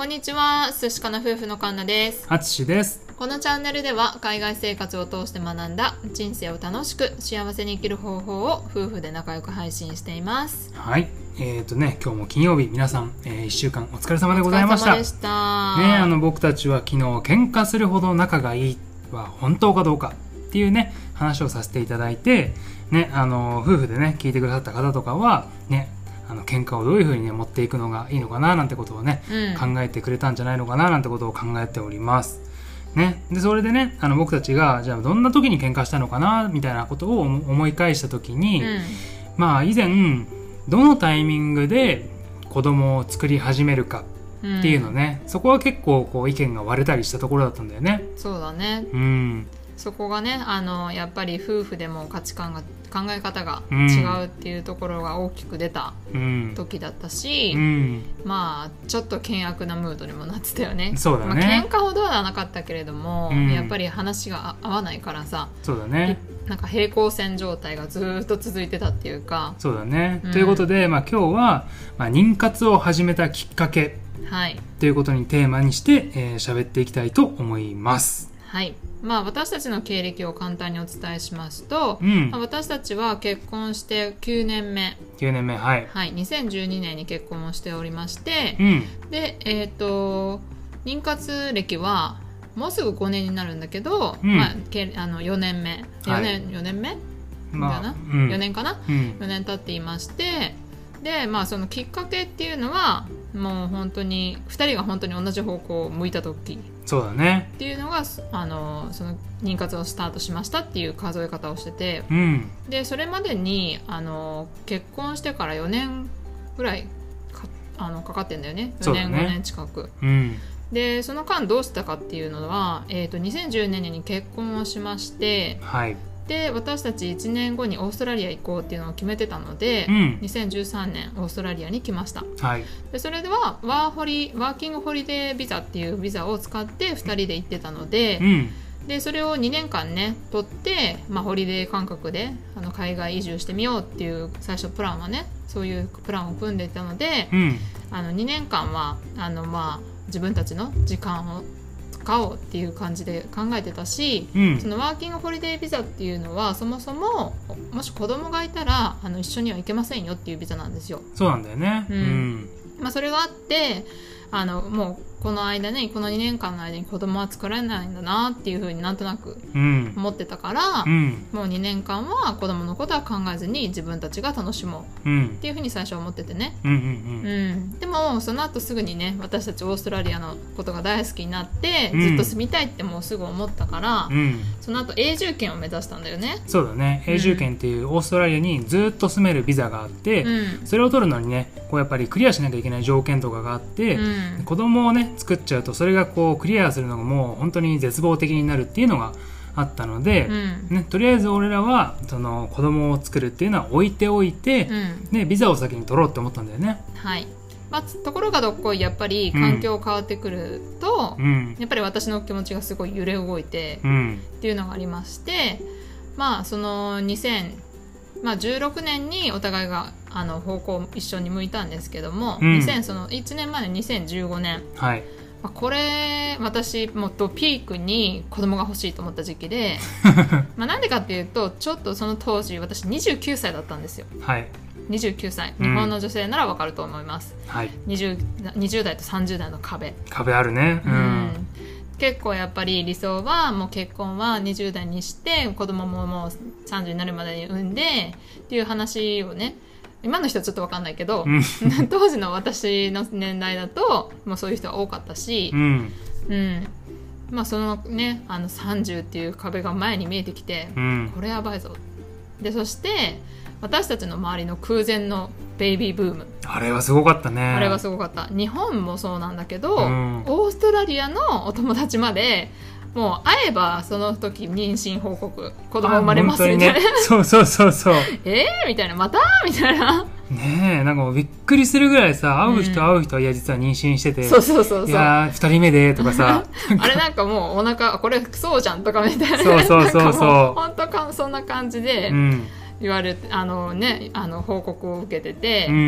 んにちは、寿司かな夫婦のカンナです。 あつしです。 このチャンネルでは海外生活を通して学んだ人生を楽しく幸せに生きる方法を夫婦で仲良く配信しています。 はい。今日も金曜日、皆さん、1週間お疲れ様でございました。 お疲れ様でした。 僕たちは昨日喧嘩するほど仲がいいは本当かどうかっていうね、話をさせていただいて、ね、夫婦でね、聞いてくださった方とかは、ね、喧嘩をどういう風にね、持っていくのがいいのかななんてことをね、考えてくれたんじゃないのかななんてことを考えております。ね。で、それでね、僕たちが、じゃあどんな時に喧嘩したのかなみたいなことを思い返した時に、以前、どのタイミングで子供を作り始めるかっていうのね、そこは結構こう意見が割れたりしたところだったんだよね。 そうだね。そこがね、やっぱり夫婦でも価値観が考え方が違うっていうところが大きく出た時だったし、ちょっと険悪なムードにもなってたよね。 そうだね。 喧嘩ほどはなかったけれども、やっぱり話が合わないからさ、 そうだね。 なんか平行線状態がずっと続いてたっていうか。 そうだね。ということで、今日は、妊活を始めたきっかけ、ということにテーマにして喋っていきたいと思います。 はい。私たちの経歴を簡単にお伝えしますと、私たちは結婚して9年目。 9年目、はい。 はい。2012年に結婚をしておりまして、で、妊活歴はもうすぐ5年になるんだけど、4年目。4年目4年かな、4年経っていまして、で、そのきっかけっていうのは、もう本当に2人が本当に同じ方向を向いた時。 そうだね。 っていうのがその妊活をスタートしましたっていう数え方をしてて、でそれまでに結婚してから4年ぐらいかかってんだよね。4年、5年近く。でその間どうしたかっていうのは、2010年に結婚をしまして、で私たち1年後にオーストラリア行こうっていうのを決めてたので、2013年オーストラリアに来ました。でそれではワーキングホリデービザっていうビザを使って2人で行ってたので、でそれを2年間ね取って、ホリデー感覚で海外移住してみようっていう最初プランはね、そういうプランを組んでいたので、2年間は自分たちの時間を使おうっていう感じで考えてたし、そのワーキングホリデービザっていうのはそもそももし子供がいたら一緒には行けませんよっていうビザなんですよ。 そうなんだよね。 それがあってもうこの間ね、この2年間の間に子供は作られないんだなっていう風になんとなく思ってたから、もう2年間は子供のことは考えずに自分たちが楽しもうっていう風に最初は思っててね。でもその後すぐにね、私たちオーストラリアのことが大好きになってずっと住みたいってもうすぐ思ったから、その後永住権を目指したんだよね。 そうだね。永住権っていうオーストラリアにずっと住めるビザがあって、それを取るのにね、こうやっぱりクリアしなきゃいけない条件とかがあって、子供をね作っちゃうとそれがこうクリアするのがもう本当に絶望的になるっていうのがあったので、とりあえず俺らはその子供を作るっていうのは置いておいて、ビザを先に取ろうって思ったんだよね。 ところがどっこいやっぱり環境変わってくると、やっぱり私の気持ちがすごい揺れ動いて、っていうのがありまして、その2016年にお互いが方向を一緒に向いたんですけども、その1年前の2015年、これ私もっとピークに子供が欲しいと思った時期でなんでかっていうと、ちょっとその当時私29歳だったんですよ。29歳、日本の女性ならわかると思います。20代と30代の壁あるね。 結構やっぱり理想はもう結婚は20代にして子供ももう30になるまでに産んでっていう話をね、今の人はちょっと分かんないけど、当時の私の年代だともうそういう人が多かったし、そのね30っていう壁が前に見えてきて、これやばいぞ。でそして私たちの周りの空前のベイビーブーム、 あれはすごかったね。 あれはすごかった。日本もそうなんだけど、オーストラリアのお友達までもう会えばその時妊娠報告、子供生まれますみたいな、 そうみたいな、またみたいなねえ、なんかもうびっくりするぐらいさ、会う人はいや実は妊娠してて、いや2人目でとかさあれなんかもうお腹これそうじゃんとかみたいな、本当そんな感じで言われて報告を受けてて、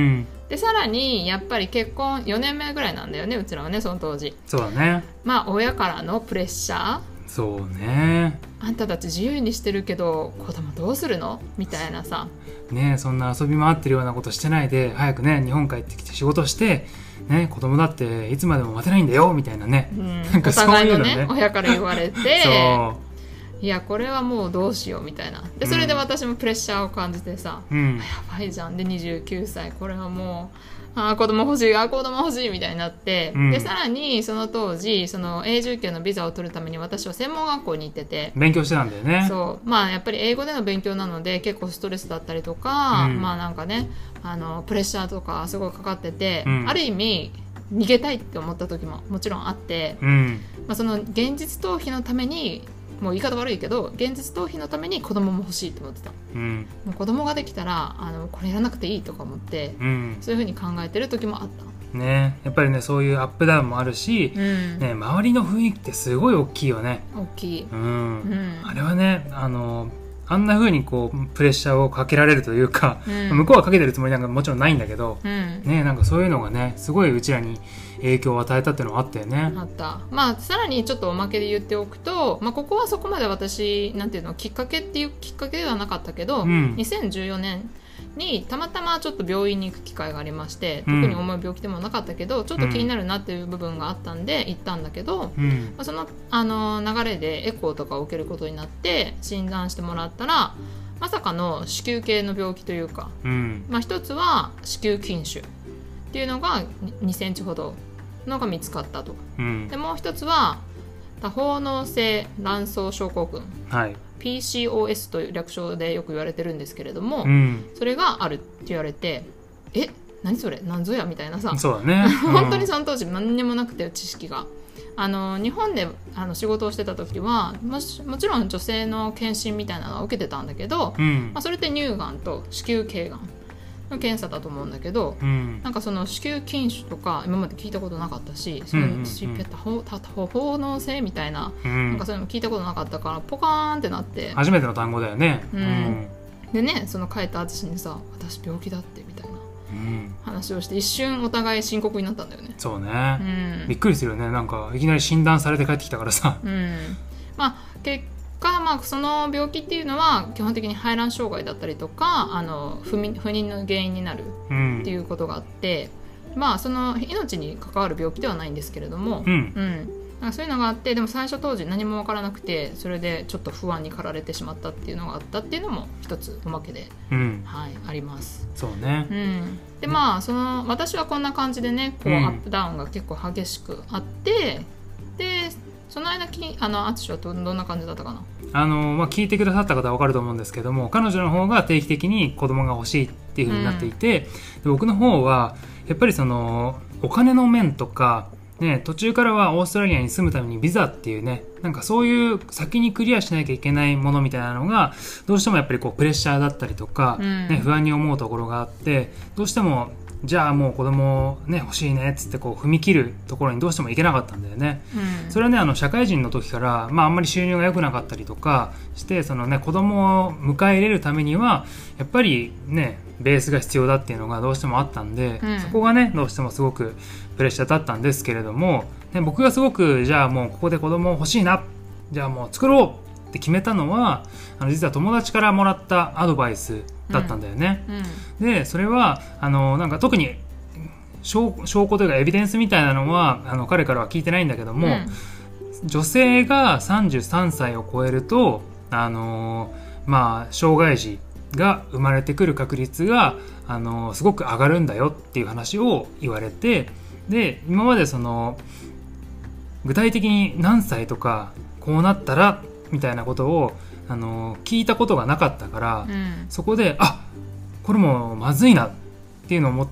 でさらにやっぱり結婚4年目ぐらいなんだよね、うちらはね、その当時。 そうだね。 まあ親からのプレッシャー、 そうね、 あんたたち自由にしてるけど子供どうするのみたいなさ、 ね、そんな遊び回ってるようなことしてないで早くね日本帰ってきて仕事して、ね、子供だっていつまでも待てないんだよみたいなね、 なんかそういうのね、お互いのね親から言われていやこれはもうどうしようみたいな。でそれで私もプレッシャーを感じてさ、やばいじゃん。で29歳これはもう子供欲しい子供欲しいみたいになって、でさらにその当時その永住権のビザを取るために私は専門学校に行ってて勉強してたんだよね。 そうまあやっぱり英語での勉強なので結構ストレスだったりとか、まあなんかねプレッシャーとかすごいかかってて、ある意味逃げたいって思った時ももちろんあって、まあ、その現実逃避のためにもう言い方悪いけど現実逃避のために子供も欲しいと思ってた、もう子供ができたらこれやらなくていいとか思って、そういう風に考えてる時もあったね。やっぱりねそういうアップダウンもあるし、ね、周りの雰囲気ってすごい大きいよね。 大きい、 あれはねあんな風にこうプレッシャーをかけられるというか、向こうはかけてるつもりなんかもちろんないんだけど、ね、なんかそういうのがねすごいうちらに影響を与えたっていうのはあったよね。 あった。まあさらにちょっとおまけで言っておくと、まあ、ここはそこまで私なんていうのきっかけっていうきっかけではなかったけど、2014年にたまたまちょっと病院に行く機会がありまして、特に重い病気でもなかったけどちょっと気になるなっていう部分があったんで行ったんだけど、まあ、その流れでエコーとかを受けることになって診断してもらったらまさかの子宮系の病気というか、まあ、一つは子宮筋腫っていうのが2センチほどのが見つかったと、でもう一つは多方脳性卵巣症候群、PCOS という略称でよく言われてるんですけれども、それがあるって言われて何それ何ぞやみたいなさ。 そうだね、 本当にその当時何にもなくて知識が日本で仕事をしてた時はもちろん女性の検診みたいなのは受けてたんだけど、まあ、それって乳がんと子宮頸がんの検査だと思うんだけど、なんかその子宮筋腫とか今まで聞いたことなかったし、その多方脳性みたいな、なんかそういうの聞いたことなかったからポカーンってなって初めての単語だよね。 でねその帰った私にさ私病気だってみたいな話をして一瞬お互い深刻になったんだよね。 そうね、びっくりするよね。なんかいきなり診断されて帰ってきたからさ、 まあ結果、まあ、その病気っていうのは基本的に排卵障害だったりとか不妊の原因になるっていうことがあって、まあその命に関わる病気ではないんですけれども、なんかそういうのがあって、でも最初当時何も分からなくてそれでちょっと不安に駆られてしまったっていうのがあったっていうのも一つおまけで、あります。 そうね、 でまあ私はこんな感じでねこう、アップダウンが結構激しくあって、でその間淳はどんな感じだったかな。 まあ、聞いてくださった方は分かると思うんですけども、彼女の方が定期的に子供が欲しいっていう風になっていて、で僕の方はやっぱりそのお金の面とかね、途中からはオーストラリアに住むためにビザっていうね、なんかそういう先にクリアしなきゃいけないものみたいなのがどうしてもやっぱりこうプレッシャーだったりとか、不安に思うところがあって、どうしてもじゃあもう子供ね欲しいねっつってこう踏み切るところにどうしてもいけなかったんだよね。それはね社会人の時から、まあ、あんまり収入が良くなかったりとかしてそのね子供を迎え入れるためにはやっぱりねベースが必要だっていうのがどうしてもあったんで、そこがねどうしてもすごくプレッシャーだったんですけれども、ね、僕がすごくじゃあもうここで子供欲しいな、じゃあもう作ろうって決めたのは実は友達からもらったアドバイスだったんだよね。でそれはなんか特に証拠というかエビデンスみたいなのは彼からは聞いてないんだけども、女性が33歳を超えるとまあ障害児が生まれてくる確率がすごく上がるんだよっていう話を言われて、で今までその具体的に何歳とかこうなったらみたいなことを聞いたことがなかったから、そこでこれもまずいなっていうのを思って、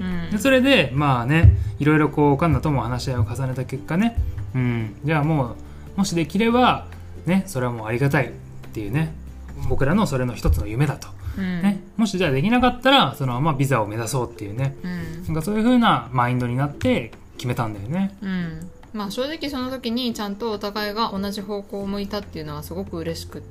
でそれでまあねいろいろこうカンナとも話し合いを重ねた結果ね、じゃあもしできればねそれはもうありがたいっていうね、僕らのそれの一つの夢だと、もしじゃあできなかったらそのままビザを目指そうっていうね、なんかそういう風なマインドになって決めたんだよね。 まあ正直その時にちゃんとお互いが同じ方向を向いたっていうのはすごく嬉しくって、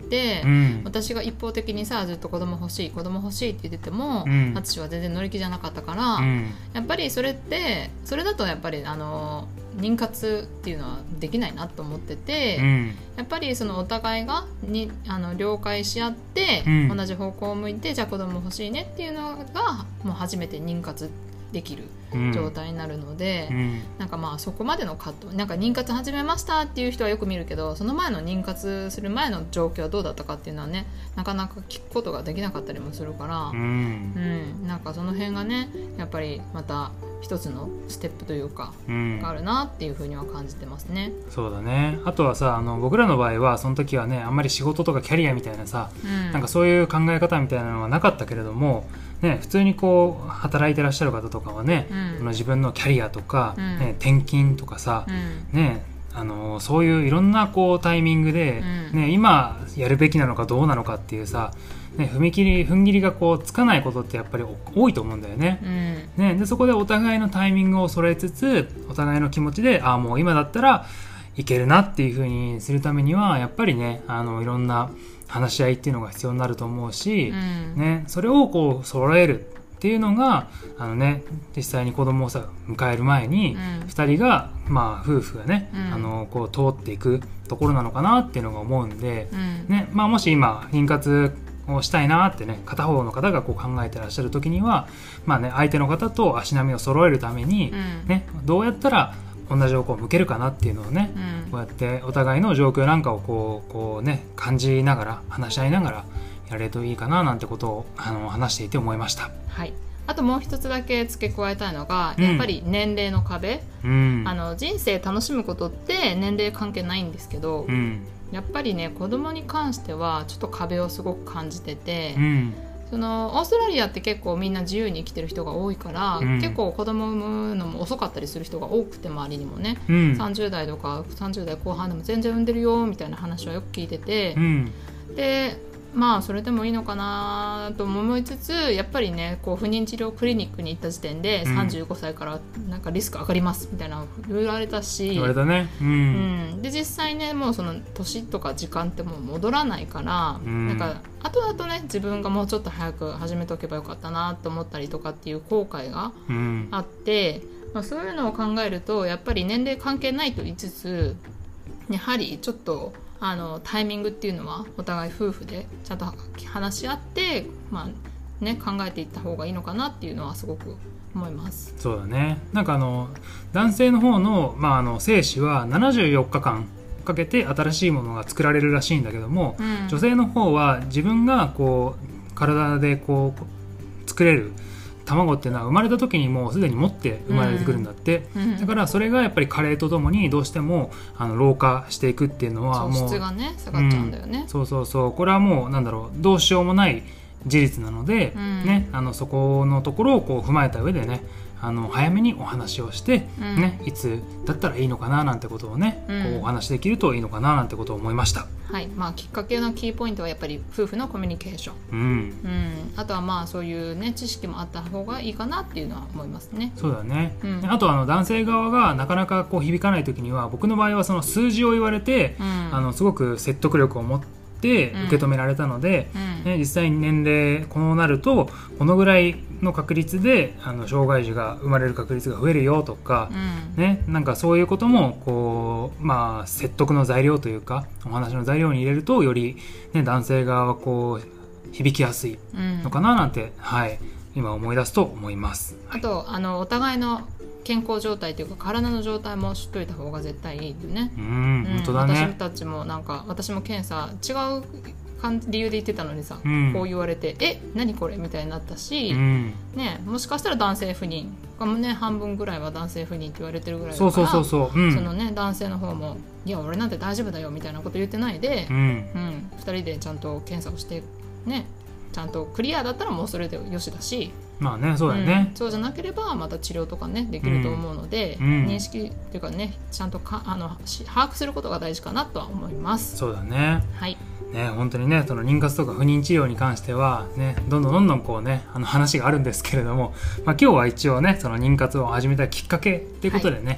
私が一方的にさずっと子供欲しいって言ってても、私は全然乗り気じゃなかったから、やっぱりそれだとやっぱり妊活っていうのはできないなと思ってて、やっぱりそのお互いが了解し合って、同じ方向を向いてじゃあ子供欲しいねっていうのがもう初めて妊活できる状態になるので、なんかまあそこまでの葛藤、なんか妊活始めましたっていう人はよく見るけど、その前の妊活する前の状況はどうだったかっていうのはね、なかなか聞くことができなかったりもするから、なんかその辺がねやっぱりまた一つのステップというか、があるなっていうふうには感じてますね。 そうだね。あとはさ、僕らの場合はその時はねあんまり仕事とかキャリアみたいなさ、なんかそういう考え方みたいなのはなかったけれどもね、普通にこう働いてらっしゃる方とかはね、自分のキャリアとか、転勤とかさ、ね、そういういろんなこうタイミングで、今やるべきなのかどうなのかっていうさ、踏ん切りがこうつかないことってやっぱり多いと思うんだよね。でそこでお互いのタイミングを揃えつつ、お互いの気持ちでもう今だったらいけるなっていう風にするためにはやっぱりねいろんな話し合いっていうのが必要になると思うし、それをこう揃えるっていうのが実際に子供をさ迎える前に2人が、夫婦がね、こう通っていくところなのかなっていうのが思うんで、もし今妊活をしたいなってね片方の方がこう考えてらっしゃる時には、相手の方と足並みを揃えるために、どうやったら同じ方向を向けるかなっていうのをね、こうやってお互いの状況なんかをこうね感じながら話し合いながらやれるといいかななんてことを話していて思いました。 はい。あともう一つだけ付け加えたいのが、やっぱり年齢の壁、人生楽しむことって年齢関係ないんですけど、やっぱりね子供に関してはちょっと壁をすごく感じてて、オーストラリアって結構みんな自由に生きてる人が多いから、結構子供を産むのも遅かったりする人が多くて、周りにもね、30代とか30代後半でも全然産んでるよみたいな話はよく聞いてて、でそれでもいいのかなと思いつつ、やっぱりねこう不妊治療クリニックに行った時点で35歳からなんかリスク上がりますみたいな言われたし、 言われたね、 で実際ねもうその年とか時間ってもう戻らないから、なんか後々ね自分がもうちょっと早く始めとけばよかったなと思ったりとかっていう後悔があって、そういうのを考えるとやっぱり年齢関係ないと言いつつ、やはりちょっとタイミングっていうのはお互い夫婦でちゃんと話し合って、考えていった方がいいのかなっていうのはすごく思います。 そうだね。なんか男性の方の、精子は74日間かけて新しいものが作られるらしいんだけども、女性の方は自分がこう体でこう作れる卵っていうのは生まれた時にもうすでに持って生まれてくるんだって、だからそれがやっぱり加齢とともにどうしても老化していくっていうのはもう質がね下がっちゃうんだよね、 そうこれはもうどうしようもない事実なので、そこのところをこう踏まえた上でね早めにお話をして、いつだったらいいのかななんてことをね、こうお話できるといいのかななんてことを思いました。 はい。きっかけのキーポイントはやっぱり夫婦のコミュニケーション、あとはそういうね知識もあった方がいいかなっていうのは思いますね。 そうだね、あと男性側がなかなかこう響かない時には、僕の場合はその数字を言われて、すごく説得力を持って受け止められたので、実際に年齢こうなるとこのぐらいの確率で障害児が生まれる確率が増えるよとか、なんかそういうこともこう、説得の材料というかお話の材料に入れるとより、男性側はこう響きやすいのかななんて、今思い出すと思います。 あとお互いの健康状態というか体の状態も知っといた方が絶対いいよね。 本当だね。 私たちも私も検査違う理由で言ってたのにさ、こう言われて何これみたいになったし、もしかしたら男性不妊がもね半分ぐらいは男性不妊って言われてるぐらいだから、そのね男性の方もいや俺なんて大丈夫だよみたいなこと言ってないで、2人でちゃんと検査をしてね、ちゃんとクリアだったらもうそれでよしだし、 そうだね、 そうじゃなければまた治療とかねできると思うので、認識っていうかねちゃんと把握することが大事かなとは思います。 そうだね。 はい本当にねその妊活とか不妊治療に関してはねどんどんこうね話があるんですけれども、今日は一応ねその妊活を始めたきっかけっていうことでね、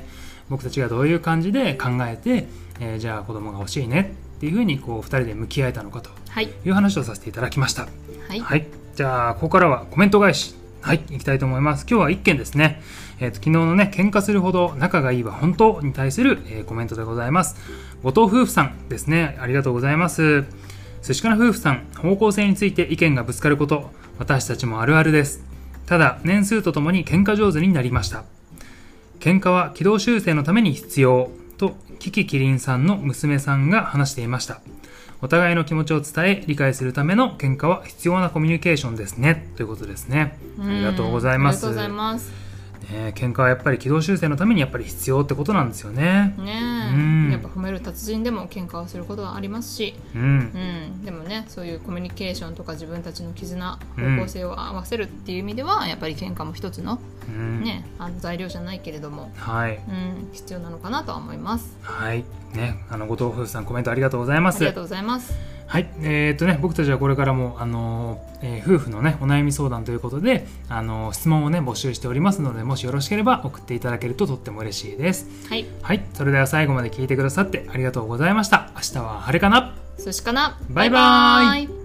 僕たちがどういう感じで考えて、じゃあ子供が欲しいねっていうふうにこう2人で向き合えたのかという話をさせていただきました。 はい、 はい、じゃあここからはコメント返し、はい、いきたいと思います。今日は1件ですね。昨日のね、喧嘩するほど仲がいいは本当に対する、コメントでございます。後藤夫婦さんですね。ありがとうございます。寿司かな夫婦さん、方向性について意見がぶつかること、私たちもあるあるです。ただ、年数とともに喧嘩上手になりました。喧嘩は軌道修正のために必要と、キキキリンさんの娘さんが話していました。お互いの気持ちを伝え、理解するための喧嘩は必要なコミュニケーションですね。ということですね。ありがとうございます。 ありがとうございます。 喧嘩はやっぱり軌道修正のためにやっぱり必要ってことなんですよね。 やっぱ褒める達人でも喧嘩をすることはありますし、でもね、そういうコミュニケーションとか自分たちの絆、方向性を合わせるっていう意味ではやっぱり喧嘩も一つの、材料じゃないけれども、必要なのかなとは思います。 はいね、後藤夫婦さんコメントありがとうございます。 ありがとうございます。 はい、僕たちはこれからも、夫婦のねお悩み相談ということで質問をね募集しておりますので、もしよろしければ送っていただけるととっても嬉しいです。 はい、 はい、それでは最後まで聞いてくださってありがとうございました。明日は晴れかな、 寿司かな、 バイバイ。